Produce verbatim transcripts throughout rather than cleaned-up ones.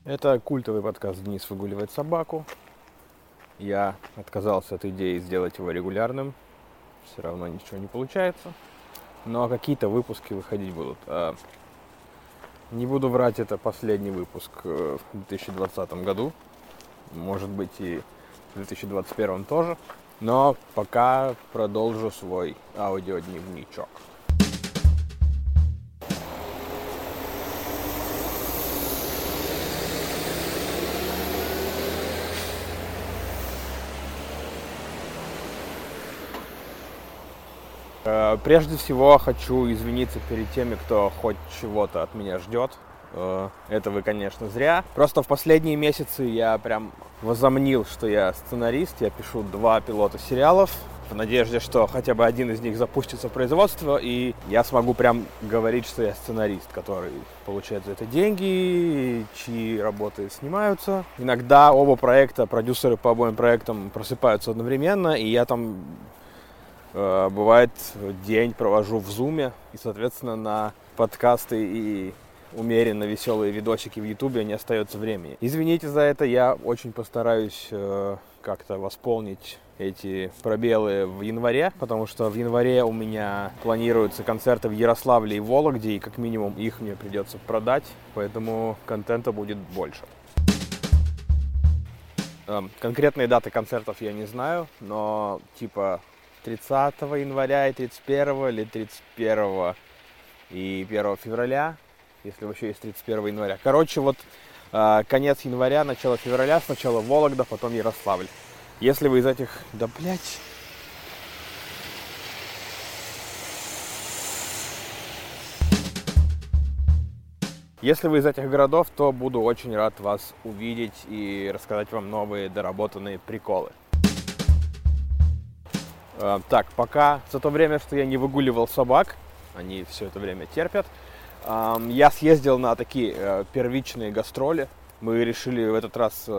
Это культовый подкаст «Денис выгуливает собаку». Я отказался от идеи сделать его регулярным. Все равно ничего не получается. Но какие-то выпуски выходить будут. Не буду врать, это последний выпуск в две тысячи двадцатом году. Может быть, и в две тысячи двадцать первом тоже. Но пока продолжу свой аудиодневничок. Прежде всего хочу извиниться перед теми, кто хоть чего-то от меня ждет. Это вы, конечно, зря. Просто в последние месяцы я прям возомнил, что я сценарист. Я пишу два пилота сериалов в надежде, что хотя бы один из них запустится в производство, и я смогу прям говорить, что я сценарист, который получает за это деньги, чьи работы снимаются. Иногда оба проекта, продюсеры по обоим проектам просыпаются одновременно, и я там... Бывает, день провожу в зуме, и, соответственно, на подкасты и умеренно веселые видосики в ютубе не остается времени. Извините за это, я очень постараюсь э, как-то восполнить эти пробелы в январе, потому что в январе у меня планируются концерты в Ярославле и Вологде, и как минимум их мне придется продать, поэтому контента будет больше. Э, конкретные даты концертов я не знаю, но типа... тридцатого января и тридцать первого, или тридцать первого и первого февраля, если вообще есть тридцать первого января. Короче, вот э, конец января, начало февраля, сначала Вологда, потом Ярославль. Если вы из этих... Да, блять... Если вы из этих городов, то буду очень рад вас увидеть и рассказать вам новые доработанные приколы. Так, пока за то время, что я не выгуливал собак, они все это время терпят, я съездил на такие первичные гастроли. Мы решили в этот раз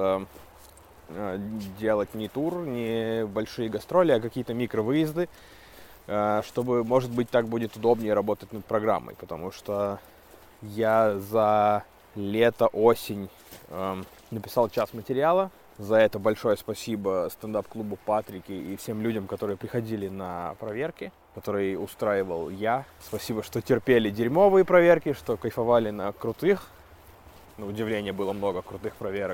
делать не тур, не большие гастроли, а какие-то микровыезды, чтобы, может быть, так будет удобнее работать над программой, потому что я за лето, осень написал час материала. За это большое спасибо стендап-клубу Патрики и всем людям, которые приходили на проверки, которые устраивал я. Спасибо, что терпели дерьмовые проверки, что кайфовали на крутых. На удивление, было много крутых проверок.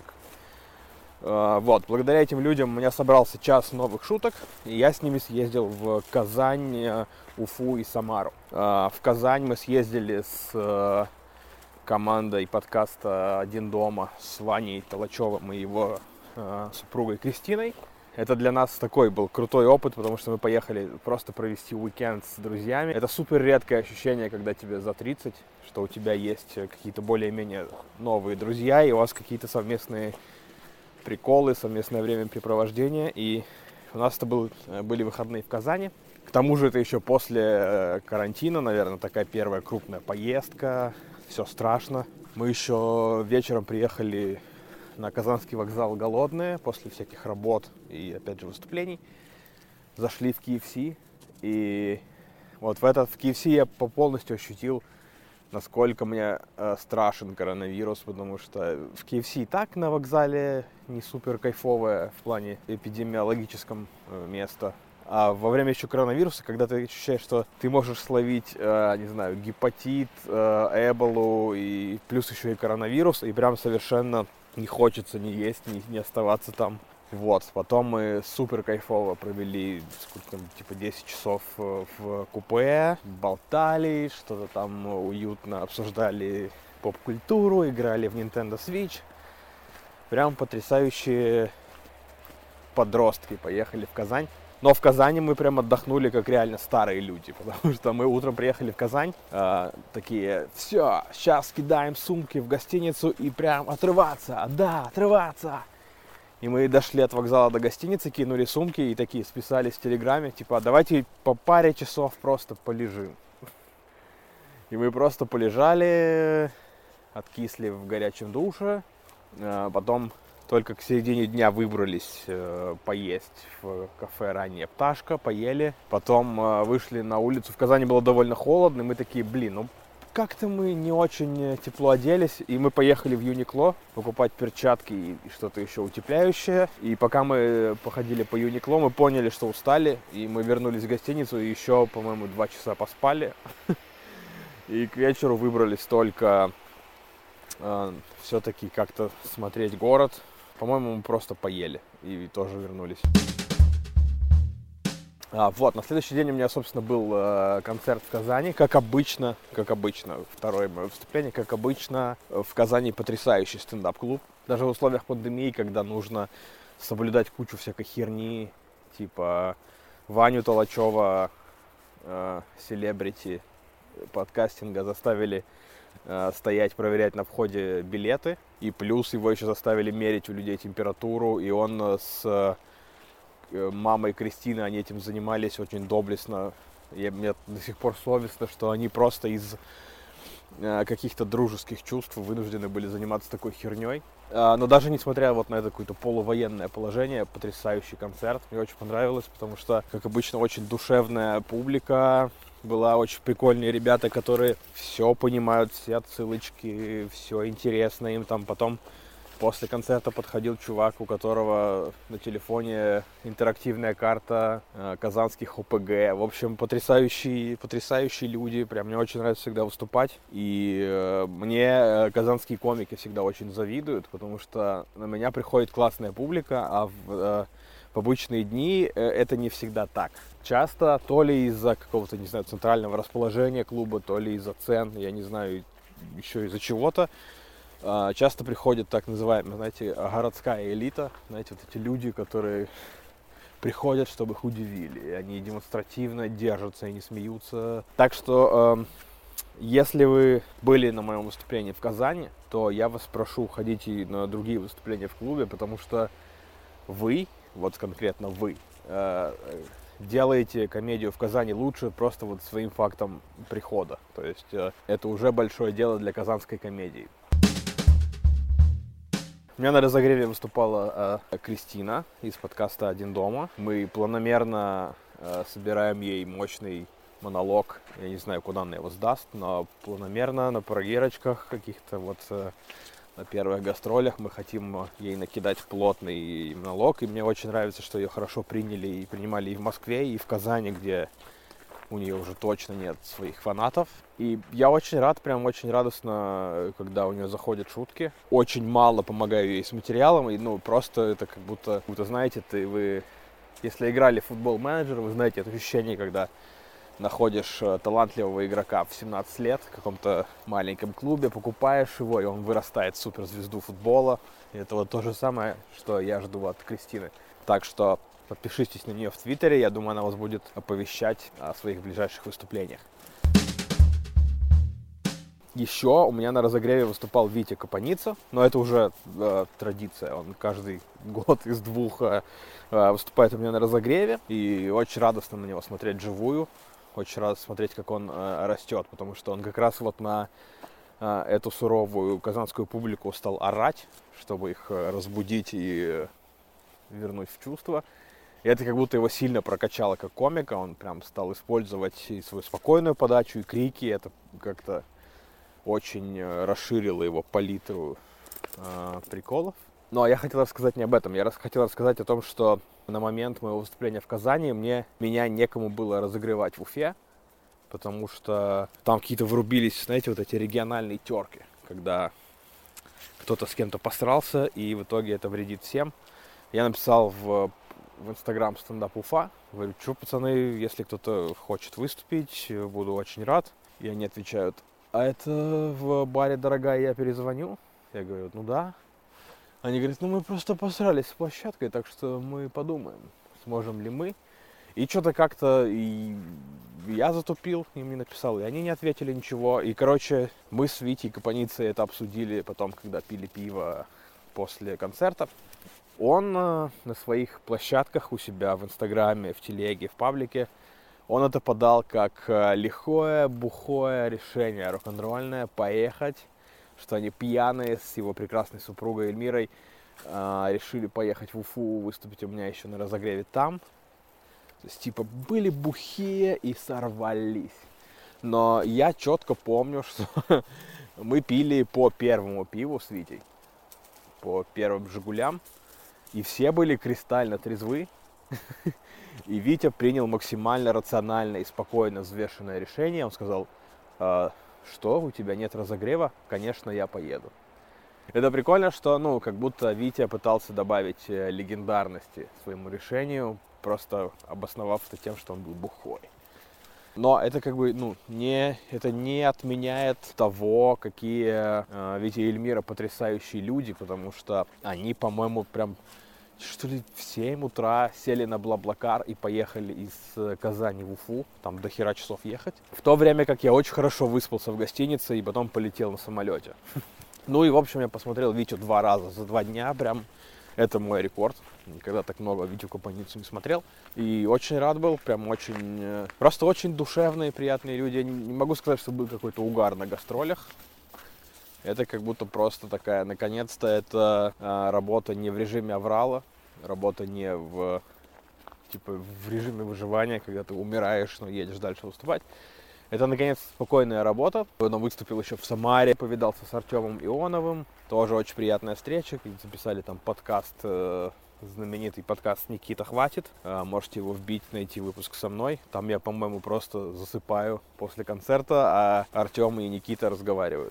Вот, благодаря этим людям у меня собрался час новых шуток, и я с ними съездил в Казань, Уфу и Самару. В Казань мы съездили с командой подкаста «Один дома» с Ваней Толачевым и его супругой Кристиной. Это для нас такой был крутой опыт, потому что мы поехали просто провести уикенд с друзьями. Это супер редкое ощущение, когда тебе за тридцать, что у тебя есть какие-то более-менее новые друзья, и у вас какие-то совместные приколы, совместное времяпрепровождение. И у нас это был, были выходные в Казани. К тому же это еще после карантина, наверное, такая первая крупная поездка. Все страшно. Мы еще вечером приехали на Казанский вокзал голодные, после всяких работ и, опять же, выступлений. Зашли в кей эф си, и вот в этот в кей эф си я полностью ощутил, насколько мне э, страшен коронавирус, потому что в кей эф си и так на вокзале не супер кайфовое в плане эпидемиологическом э, место. А во время еще коронавируса, когда ты ощущаешь, что ты можешь словить, э, не знаю, гепатит, э, эболу, и плюс еще и коронавирус, и прям совершенно не хочется ни есть, ни, ни оставаться там. Вот, потом мы супер кайфово провели, сколько там, типа десять часов в купе, болтали, что-то там уютно обсуждали поп-культуру, играли в Nintendo Switch. Прям потрясающие подростки поехали в Казань. Но в Казани мы прям отдохнули как реально старые люди, потому что мы утром приехали в Казань, э, такие, все, сейчас кидаем сумки в гостиницу и прям отрываться, да, отрываться. И мы дошли от вокзала до гостиницы, кинули сумки и такие списались в Телеграме, типа, давайте по паре часов просто полежим. И мы просто полежали, откисли в горячем душе, э, потом... Только к середине дня выбрались э, поесть в кафе «Ранняя пташка», поели. Потом э, вышли на улицу. В Казани было довольно холодно, и мы такие, блин, ну как-то мы не очень тепло оделись, и мы поехали в Юникло покупать перчатки и что-то еще утепляющее. И пока мы походили по Юникло, мы поняли, что устали, и мы вернулись в гостиницу и еще, по-моему, два часа поспали. И к вечеру выбрались только э, все-таки как-то смотреть город. По-моему, мы просто поели и тоже вернулись. А, вот, на следующий день у меня, собственно, был э, концерт в Казани, как обычно, как обычно, второе мое выступление, как обычно, в Казани потрясающий стендап-клуб. Даже в условиях пандемии, когда нужно соблюдать кучу всякой херни, типа Ваню Толачева, э, селебрити подкастинга, заставили э, стоять, проверять на входе билеты, и плюс его еще заставили мерить у людей температуру, и он с мамой Кристины, они этим занимались очень доблестно. И мне до сих пор совестно, что они просто из э, каких-то дружеских чувств вынуждены были заниматься такой херней. Э, но даже несмотря вот на это какое-то полувоенное положение, потрясающий концерт. Мне очень понравилось, потому что, как обычно, очень душевная публика. Была очень прикольные ребята, которые все понимают, все отсылочки, все интересно им там. Потом после концерта подходил чувак, у которого на телефоне интерактивная карта э, казанских ОПГ. В общем, потрясающие, потрясающие люди. Прям мне очень нравится всегда выступать. И э, мне э, казанские комики всегда очень завидуют, потому что на меня приходит классная публика, а в, э, в обычные дни э, это не всегда так. Часто то ли из-за какого-то, не знаю, центрального расположения клуба, то ли из-за цен, я не знаю, еще из-за чего-то. Часто приходит так называемая, знаете, городская элита, знаете, вот эти люди, которые приходят, чтобы их удивили, и они демонстративно держатся и не смеются. Так что, э, если вы были на моем выступлении в Казани, то я вас прошу, ходите на другие выступления в клубе, потому что вы, вот конкретно вы, э, делаете комедию в Казани лучше просто вот своим фактом прихода. То есть э, это уже большое дело для казанской комедии. У меня на разогреве выступала э, Кристина из подкаста «Один дома». Мы планомерно э, собираем ей мощный монолог. Я не знаю, куда она его сдаст, но планомерно на прогерочках каких-то вот э, на первых гастролях мы хотим ей накидать плотный монолог. И мне очень нравится, что ее хорошо приняли и принимали и в Москве, и в Казани, где у нее уже точно нет своих фанатов. И я очень рад, прям очень радостно, когда у нее заходят шутки. Очень мало помогаю ей с материалом, и ну просто это как будто, будто знаете, ты вы, если играли в футбол менеджер, вы знаете это ощущение, когда находишь талантливого игрока в семнадцать лет в каком-то маленьком клубе, покупаешь его, и он вырастает в суперзвезду футбола. И это вот то же самое, что я жду от Кристины. Так что подпишитесь на нее в Твиттере, я думаю, она вас будет оповещать о своих ближайших выступлениях. Еще у меня на разогреве выступал Витя Капаница, но это уже э, традиция, он каждый год из двух э, выступает у меня на разогреве, и очень радостно на него смотреть вживую, очень радостно смотреть, как он э, растет, потому что он как раз вот на э, эту суровую казанскую публику стал орать, чтобы их э, разбудить и э, вернуть в чувство. И это как будто его сильно прокачало как комика, он прям стал использовать и свою спокойную подачу, и крики, это как-то очень расширило его палитру э, приколов. Но я хотел рассказать не об этом, я рас- хотел рассказать о том, что на момент моего выступления в Казани мне, меня некому было разогревать в Уфе, потому что там какие-то врубились, знаете, вот эти региональные терки, когда кто-то с кем-то посрался, и в итоге это вредит всем. Я написал в в Инстаграм стендап Уфа. Говорю, что, пацаны, если кто-то хочет выступить, буду очень рад. И они отвечают, а это в баре «Дорогая, я перезвоню»? Я говорю, ну да. Они говорят, ну мы просто посрались с площадкой, так что мы подумаем, сможем ли мы. И что-то как-то и я затупил, им не написал, и они не ответили ничего. И, короче, мы с Витей Капаницей это обсудили потом, когда пили пиво после концерта. Он э, на своих площадках у себя в Инстаграме, в телеге, в паблике, он это подал как э, лихое, бухое решение рок-н-ролльное поехать, что они пьяные с его прекрасной супругой Эльмирой э, решили поехать в Уфу, выступить у меня еще на разогреве там. То есть, типа, были бухие и сорвались. Но я четко помню, что мы пили по первому пиву с Витей, по первым «Жигулям», и все были кристально трезвы. И Витя принял максимально рациональное и спокойно взвешенное решение. Он сказал: э, что, у тебя нет разогрева? Конечно, я поеду. Это прикольно, что, ну, как будто Витя пытался добавить легендарности своему решению, просто обосновав это тем, что он был бухой. Но это как бы, ну, не, это не отменяет того, какие э, Витя и Эльмира потрясающие люди, потому что они, по-моему, прям, что ли, в семь утра сели на Блаблакар и поехали из Казани в Уфу, там до хера часов ехать. В то время как я очень хорошо выспался в гостинице и потом полетел на самолете. Ну и, в общем, я посмотрел Витю два раза за два дня, прям, это мой рекорд. Никогда так много Витю Капаницу не смотрел. И очень рад был, прям очень, просто очень душевные, приятные люди. Я не могу сказать, что был какой-то угар на гастролях. Это как будто просто такая, наконец-то, это а, работа не в режиме аврала, работа не в, типа, в режиме выживания, когда ты умираешь, но едешь дальше выступать. Это, наконец, спокойная работа. Он выступил еще в Самаре, повидался с Артемом Ионовым. Тоже очень приятная встреча. Записали там подкаст, э, знаменитый подкаст «Никита, хватит». Э, можете его вбить, найти выпуск со мной. Там я, по-моему, просто засыпаю после концерта, а Артем и Никита разговаривают.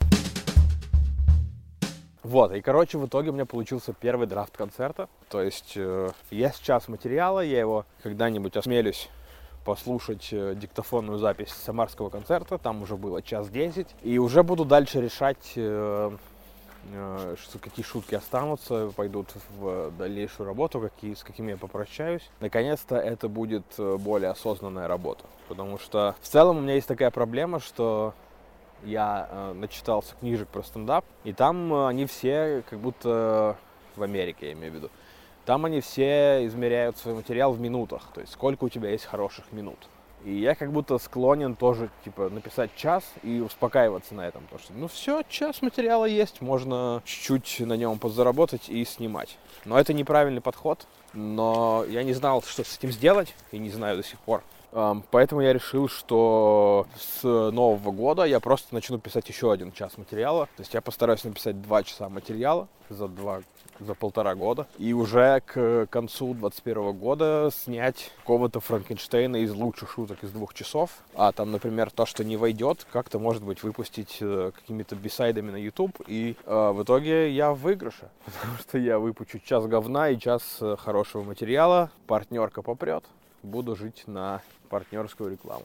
Вот, и, короче, в итоге у меня получился первый драфт концерта. То есть э, есть час материала, я его когда-нибудь осмелюсь послушать диктофонную запись самарского концерта, там уже было час десять, и уже буду дальше решать, э, э, что, какие шутки останутся, пойдут в дальнейшую работу, какие, с какими я попрощаюсь. Наконец-то это будет более осознанная работа, потому что в целом у меня есть такая проблема, что я э, начитался книжек про стендап, и там э, они все как будто в Америке, я имею в виду. Там они все измеряют свой материал в минутах, то есть сколько у тебя есть хороших минут. И я как будто склонен тоже, типа, написать час и успокаиваться на этом, потому что, ну все, час материала есть, можно чуть-чуть на нем подзаработать и снимать. Но это неправильный подход, но я не знал, что с этим сделать, и не знаю до сих пор. Поэтому я решил, что с Нового года я просто начну писать еще один час материала. То есть я постараюсь написать два часа материала за, два, за полтора года. И уже к концу двадцать первого года снять какого-то Франкенштейна из лучших шуток из двух часов. А там, например, то, что не войдет, как-то, может быть, выпустить какими-то бисайдами на YouTube. И э, в итоге я в выигрыше. Потому что я выпущу час говна и час хорошего материала. Партнерка попрет. Буду жить на партнерскую рекламу.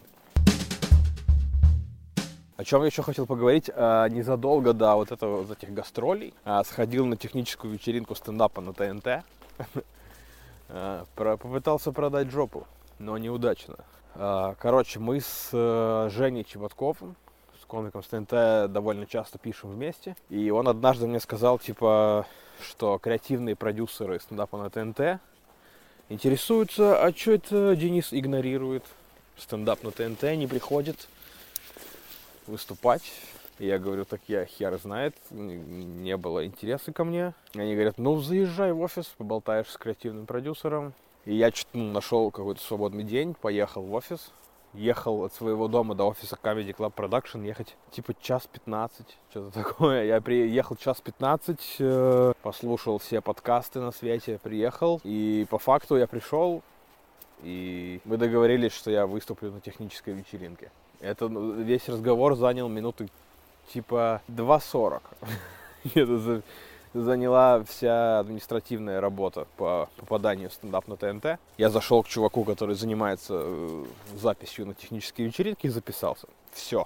О чем я еще хотел поговорить, а, незадолго до вот этого, вот этих гастролей а, сходил на техническую вечеринку стендапа на ТНТ. а, про, попытался продать жопу, но неудачно. А, короче, мы с а, Женей Чеботковым, с комиком с ТНТ, довольно часто пишем вместе. И он однажды мне сказал, типа, что креативные продюсеры стендапа на ТНТ интересуются, а что это Денис игнорирует стендап на ТНТ, не приходит выступать. И я говорю, так я хер знает, не было интереса ко мне. Они говорят, ну заезжай в офис, поболтаешь с креативным продюсером. И я что-то ну, нашел какой-то свободный день, поехал в офис. Ехал от своего дома до офиса Comedy Club Production, ехать типа час пятнадцать, что-то такое. Я приехал час пятнадцать, э, послушал все подкасты на свете, приехал. И по факту я пришел, и мы договорились, что я выступлю на технической вечеринке. Это весь разговор занял минуты типа два сорок. Это заняла вся административная работа по попаданию в стендап на ТНТ. Я зашел к чуваку, который занимается э, записью на технические вечеринки, и записался. Все.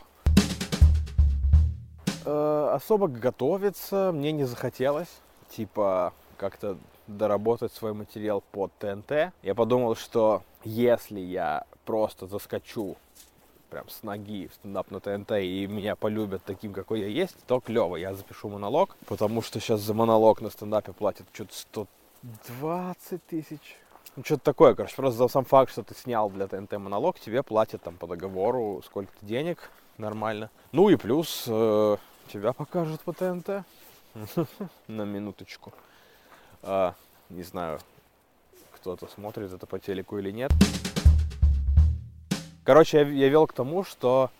Э, особо готовиться мне не захотелось. Типа, как-то доработать свой материал под ТНТ. Я подумал, что если я просто заскочу прям с ноги в стендап на ТНТ и меня полюбят таким, какой я есть, то клево, я запишу монолог, потому что сейчас за монолог на стендапе платят что-то сто двадцать тысяч. Ну, что-то такое, короче, просто за сам факт, что ты снял для ТНТ монолог, тебе платят там по договору сколько-то денег, нормально. Ну и плюс э, тебя покажут по ТНТ. На минуточку. Не знаю, кто-то смотрит это по телеку или нет. Короче, я, я вел к тому, что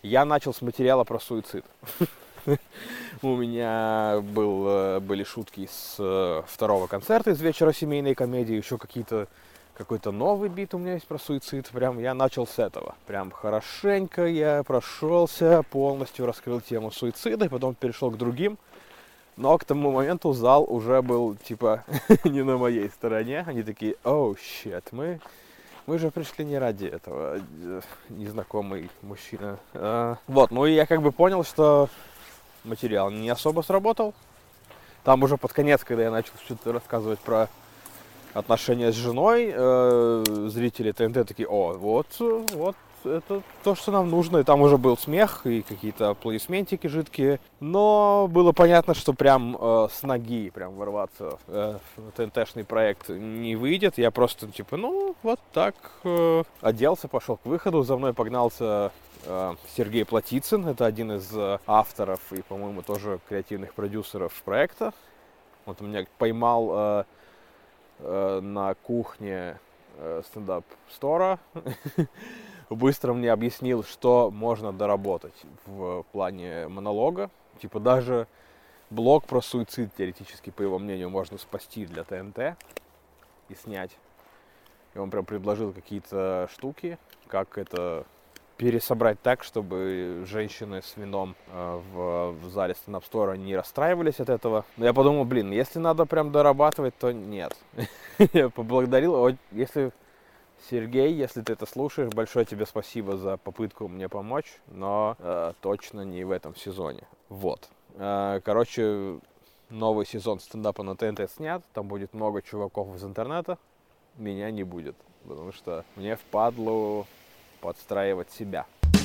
Я начал с материала про суицид. У меня был, были шутки с второго концерта из вечера семейной комедии, еще какие-то, какой-то новый бит у меня есть про суицид. Прям я начал с этого. Прям хорошенько я прошелся, полностью раскрыл тему суицида, и потом перешел к другим. Но к тому моменту зал уже был, типа, не на моей стороне. Они такие, оу, щет, мы, мы же пришли не ради этого, незнакомый мужчина. А, вот, ну и я как бы понял, что материал не особо сработал. Там уже под конец, когда я начал что-то рассказывать про отношения с женой, э, зрители ТНТ такие, о, вот, вот. Это то, что нам нужно. И там уже был смех и какие-то аплодисментики жидкие. Но было понятно, что прям э, с ноги прям ворваться э, в ТНТшный проект не выйдет. Я просто типа, ну, вот так э, оделся, пошел к выходу. За мной погнался э, Сергей Платицын. Это один из э, авторов и, по-моему, тоже креативных продюсеров проекта. Вот он меня поймал э, э, на кухне э, стендап-стора. Быстро мне объяснил, что можно доработать в плане монолога. Типа даже блог про суицид теоретически, по его мнению, можно спасти для ТНТ и снять. И он прям предложил какие-то штуки, как это пересобрать так, чтобы женщины с вином в, в зале стендап-стора не расстраивались от этого. Но я подумал, блин, если надо прям дорабатывать, то нет. Я поблагодарил, если... Сергей, если ты это слушаешь, большое тебе спасибо за попытку мне помочь, но э, точно не в этом сезоне. Вот. Э, короче, новый сезон стендапа на ТНТ снят, там будет много чуваков из интернета, меня не будет, потому что мне впадлу подстраивать себя.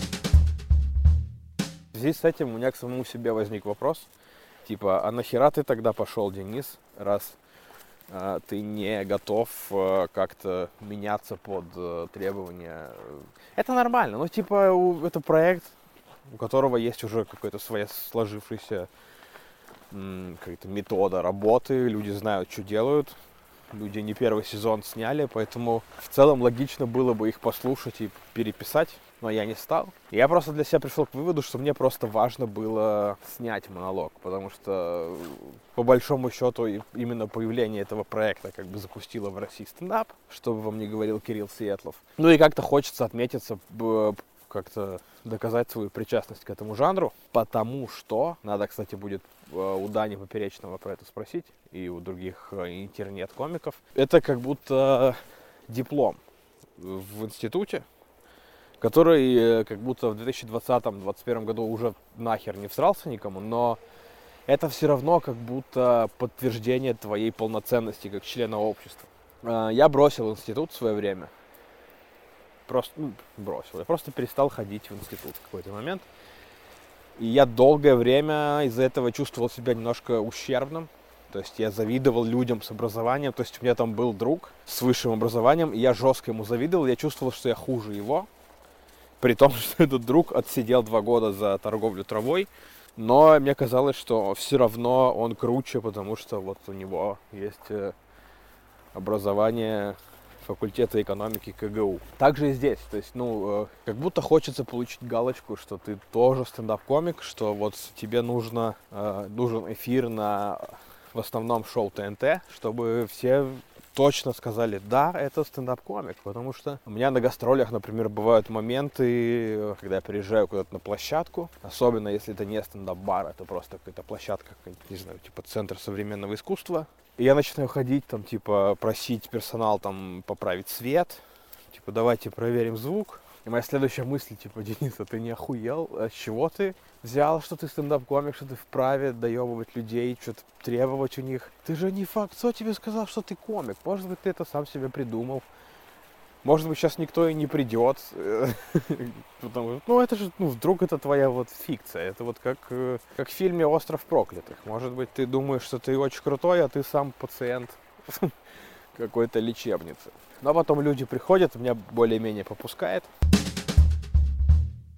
В связи с этим у меня к самому себе возник вопрос, типа, а нахера ты тогда пошел, Денис, раз... ты не готов как-то меняться под требования. Это нормально. Ну, типа, это проект, у которого есть уже какая-то своя сложившаяся какая-то метода работы. Люди знают, что делают. Люди не первый сезон сняли, поэтому в целом логично было бы их послушать и переписать. Но я не стал. Я просто для себя пришел к выводу, что мне просто важно было снять монолог, потому что по большому счету именно появление этого проекта как бы запустило в России стендап, что бы вам ни говорил Кирилл Сиэтлов. Ну и как-то хочется отметиться, как-то доказать свою причастность к этому жанру, потому что, надо, кстати, будет у Дани Поперечного про это спросить, и у других интернет-комиков, это как будто диплом в институте, который как будто в две тысячи двадцатом — две тысячи двадцать первом году уже нахер не всрался никому, но это все равно как будто подтверждение твоей полноценности как члена общества. Я бросил институт в свое время. Просто ну, бросил. Я просто перестал ходить в институт в какой-то момент. И я долгое время из-за этого чувствовал себя немножко ущербным. То есть я завидовал людям с образованием. То есть у меня там был друг с высшим образованием, и я жестко ему завидовал. Я чувствовал, что я хуже его. При том, что этот друг отсидел два года за торговлю травой. Но мне казалось, что все равно он круче, потому что вот у него есть образование факультета экономики КГУ. Также и здесь. То есть, ну, как будто хочется получить галочку, что ты тоже стендап-комик, что вот тебе нужно, нужен эфир на в основном шоу ТНТ, чтобы все точно сказали, да, это стендап-комик, потому что у меня на гастролях, например, бывают моменты, когда я приезжаю куда-то на площадку, особенно если это не стендап-бар, это просто какая-то площадка, не знаю, типа центр современного искусства, и я начинаю ходить, там, типа, просить персонал, там, поправить свет, типа, давайте проверим звук. И моя следующая мысль, типа, Денис, а ты не охуел? А с чего ты взял, что ты стендап-комик, что ты вправе доебывать людей, что-то требовать у них? Ты же не факт, кто тебе сказал, что ты комик? Может быть, ты это сам себе придумал. Может быть, сейчас никто и не придет. Потому что, ну, это же, ну, вдруг это твоя вот фикция. Это вот как, как в фильме «Остров проклятых». Может быть, ты думаешь, что ты очень крутой, а ты сам пациент какой-то лечебницы. Но потом люди приходят, меня более-менее попускает.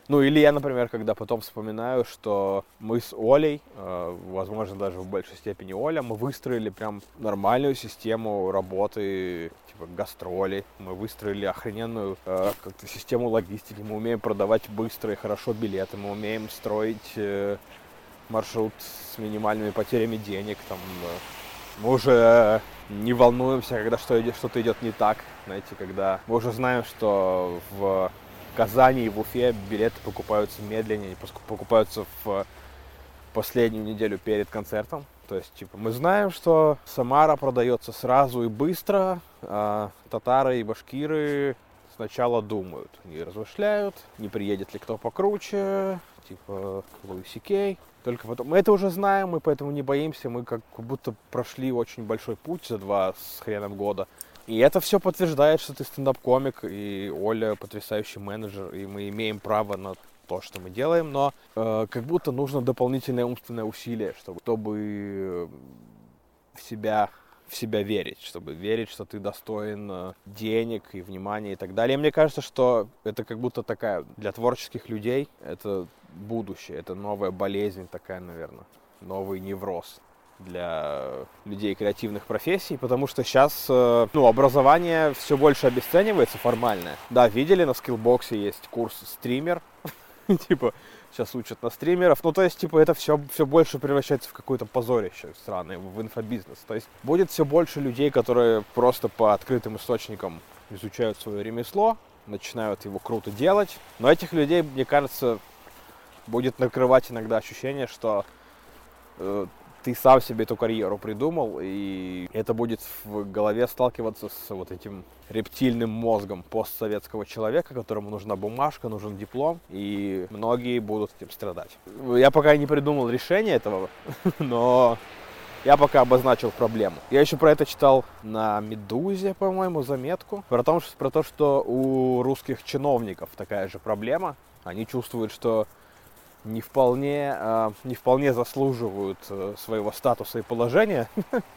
Ну или я, например, когда потом вспоминаю, что мы с Олей, э, возможно, даже в большей степени Оля, мы выстроили прям нормальную систему работы, типа гастролей, мы выстроили охрененную э, как-то систему логистики, мы умеем продавать быстро и хорошо билеты, мы умеем строить э, маршрут с минимальными потерями денег, там, э, мы уже не волнуемся, когда что-то идет не так, знаете, когда мы уже знаем, что в Казани и в Уфе билеты покупаются медленнее, покупаются в последнюю неделю перед концертом. То есть, типа, мы знаем, что Самара продается сразу и быстро, а татары и башкиры сначала думают, не размышляют, не приедет ли кто покруче, типа Луи Си Кей. Только потом мы это уже знаем, мы поэтому не боимся, мы как будто прошли очень большой путь за два с хреном года. И это все подтверждает, что ты стендап-комик, и Оля потрясающий менеджер, и мы имеем право на то, что мы делаем, но э, как будто нужно дополнительное умственное усилие, чтобы, чтобы в себя, в себя верить, чтобы верить, что ты достоин денег и внимания и так далее. И мне кажется, что это как будто такая для творческих людей, это будущее, это новая болезнь такая, наверное, новый невроз для людей креативных профессий, потому что сейчас, ну, образование все больше обесценивается формальное. Да, видели, на Skillbox есть курс стример, типа, сейчас учат на стримеров, ну, то есть, типа, это все, все больше превращается в какое-то позорище странное, в инфобизнес. То есть, будет все больше людей, которые просто по открытым источникам изучают свое ремесло, начинают его круто делать, но этих людей, мне кажется, будет накрывать иногда ощущение, что э, ты сам себе эту карьеру придумал, и это будет в голове сталкиваться с вот этим рептильным мозгом постсоветского человека, которому нужна бумажка, нужен диплом, и многие будут этим страдать. Я пока не придумал решение этого, но я пока обозначил проблему. Я еще про это читал на Медузе, по-моему, заметку, про то, про то, что у русских чиновников такая же проблема. Они чувствуют, что не вполне, э, не вполне заслуживают э, своего статуса и положения.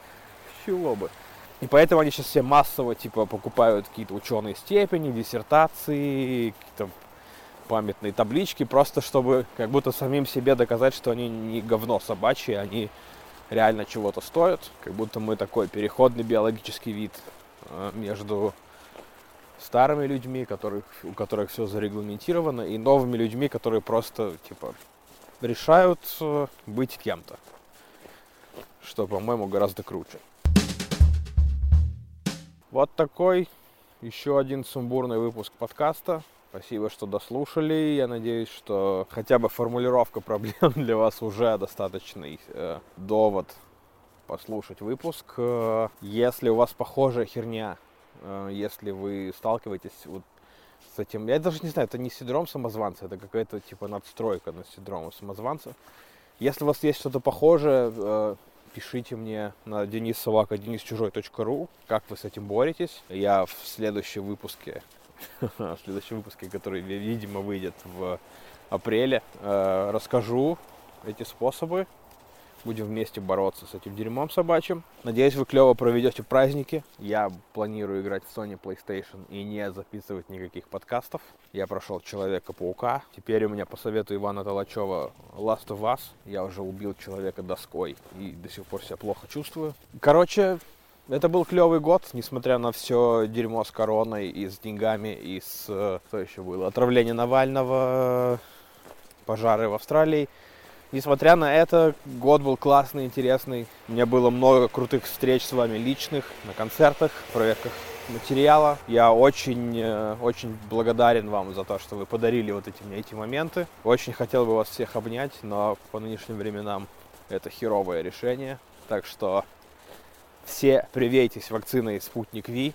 Чего бы. И поэтому они сейчас все массово типа покупают какие-то ученые степени, диссертации, какие-то памятные таблички, просто чтобы как будто самим себе доказать, что они не говно собачье, они реально чего-то стоят. Как будто мы такой переходный биологический вид э, между старыми людьми, которых, у которых все зарегламентировано, и новыми людьми, которые просто, типа, решают быть кем-то. Что, по-моему, гораздо круче. Вот такой еще один сумбурный выпуск подкаста. Спасибо, что дослушали. Я надеюсь, что хотя бы формулировка проблем для вас уже достаточный э, довод послушать выпуск. Э, если у вас похожая херня, если вы сталкиваетесь вот с этим, я даже не знаю, это не синдром самозванца, это какая-то типа надстройка на синдром самозванца. Если у вас есть что-то похожее, пишите мне на денис собака денис чужой точка ру, как вы с этим боретесь. Я в следующем выпуске, в следующем выпуске, который, видимо, выйдет в апреле, расскажу эти способы. Будем вместе бороться с этим дерьмом собачьим. Надеюсь, вы клево проведете праздники. Я планирую играть в Sony PlayStation и не записывать никаких подкастов. Я прошел Человека-паука. Теперь у меня по совету Ивана Толачева Last of Us. Я уже убил человека доской и до сих пор себя плохо чувствую. Короче, это был клевый год, несмотря на все дерьмо с короной и с деньгами, и с... Что еще было? Отравление Навального, пожары в Австралии. Несмотря на это, год был классный, интересный. У меня было много крутых встреч с вами личных, на концертах, проверках материала. Я очень, очень благодарен вам за то, что вы подарили вот эти мне эти моменты. Очень хотел бы вас всех обнять, но по нынешним временам это херовое решение. Так что все привейтесь вакциной «Спутник Ви».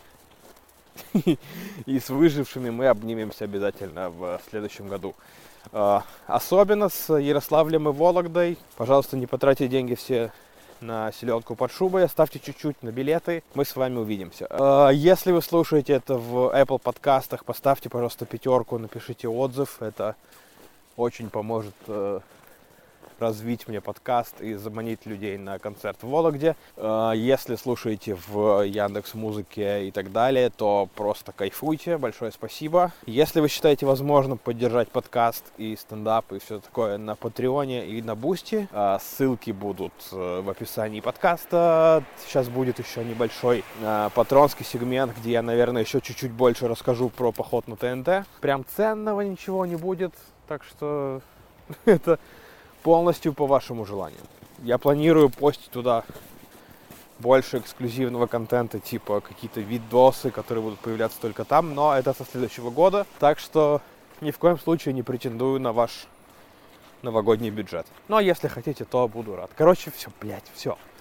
И с выжившими мы обнимемся обязательно в следующем году. Uh, особенно с Ярославлем и Вологдой. Пожалуйста, не потратьте деньги все на селедку под шубой, оставьте чуть-чуть на билеты. Мы с вами увидимся. Uh, если вы слушаете это в Apple подкастах, поставьте, пожалуйста, пятерку, напишите отзыв. Это очень поможет uh, развить мне подкаст и заманить людей на концерт в Вологде. Если слушаете в Яндекс.Музыке и так далее, то просто кайфуйте. Большое спасибо. Если вы считаете возможным поддержать подкаст и стендап и все такое на Патреоне и на Бусти, ссылки будут в описании подкаста. Сейчас будет еще небольшой патронский сегмент, где я, наверное, еще чуть-чуть больше расскажу про поход на ТНТ. Прям ценного ничего не будет, так что это полностью по вашему желанию. Я планирую постить туда больше эксклюзивного контента, типа какие-то видосы, которые будут появляться только там, но это со следующего года, так что ни в коем случае не претендую на ваш новогодний бюджет. Но если хотите, то буду рад. Короче, все, блядь, все.